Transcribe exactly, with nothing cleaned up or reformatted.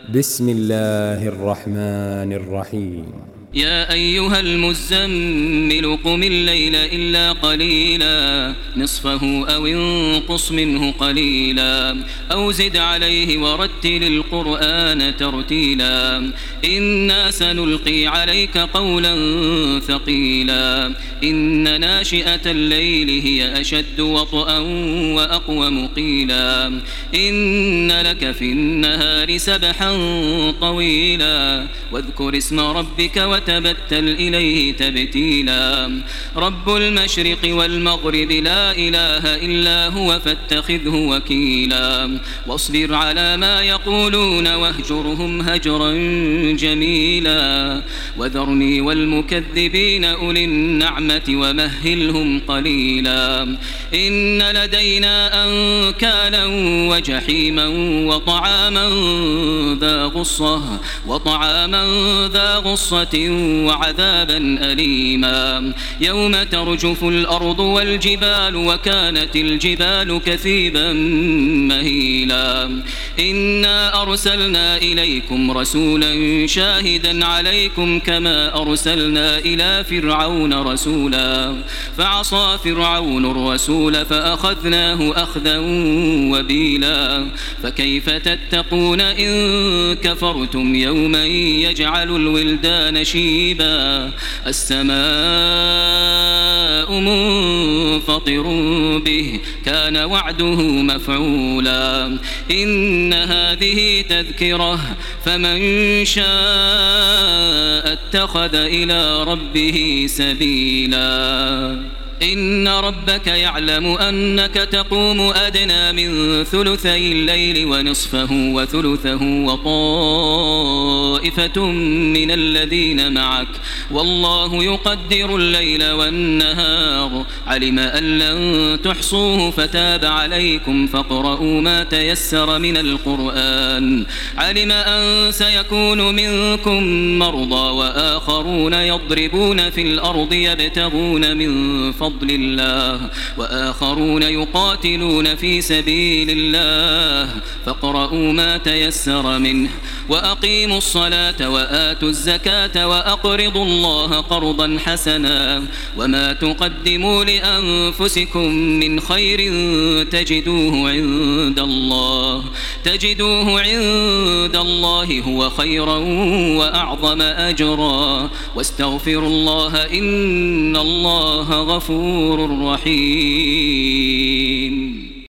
بسم الله الرحمن الرحيم. يا أيها المزمل قم الليل إلا قليلا نصفه أو انقص منه قليلا أو زد عليه ورتل القرآن ترتيلا إنا سنلقي عليك قولا ثقيلا إن ناشئة الليل هي أشد وطئا وأقوم قيلا إن لك في النهار سبحا طويلا واذكر اسم ربك وتبتل إليه تبتيلا رب المشرق والمغرب لا إله إلا هو فاتخذه وكيلا واصبر على ما يقولون واهجرهم هجرا جميلا وذرني والمكذبين أولي النعمة ومهلهم قليلا إن لدينا أنكالا وجحيما وطعاما ذا غصة وطعاما ذا غصة وعذابا أليما يوم ترجف الأرض والجبال وكانت الجبال كثيبا مهيلا إنا أرسلنا إليكم رسولا شاهدا عليكم كما أرسلنا إلى فرعون رسولا فعصى فرعون الرسول فأخذناه أخذا وبيلا فكيف تتقون إن كفرتم يوما يجعل الولدان شيبا السماء منفطر به كان وعده مفعولا إن هذه تذكرة فمن شاء اتخذ إلى ربه سبيلا إن ربك يعلم أنك تقوم أدنى من ثلثي الليل ونصفه وثلثه وطائفة من الذين معك والله يقدر الليل والنهار علم أن لن تحصوه فتاب عليكم فاقرؤوا ما تيسر من القرآن علم أن سيكون منكم مرضى وآخرون يضربون في الأرض يبتغون من فضل فضل الله وآخرون يقاتلون في سبيل الله فاقرؤوا ما تيسر منه وأقيموا الصلاة وآتوا الزكاة وأقرضوا الله قرضا حسنا وما تقدموا لأنفسكم من خير تجدوه عند الله تجدوه عند الله هو خيرا وأعظم أجرا واستغفروا الله إن الله غفور رحيم.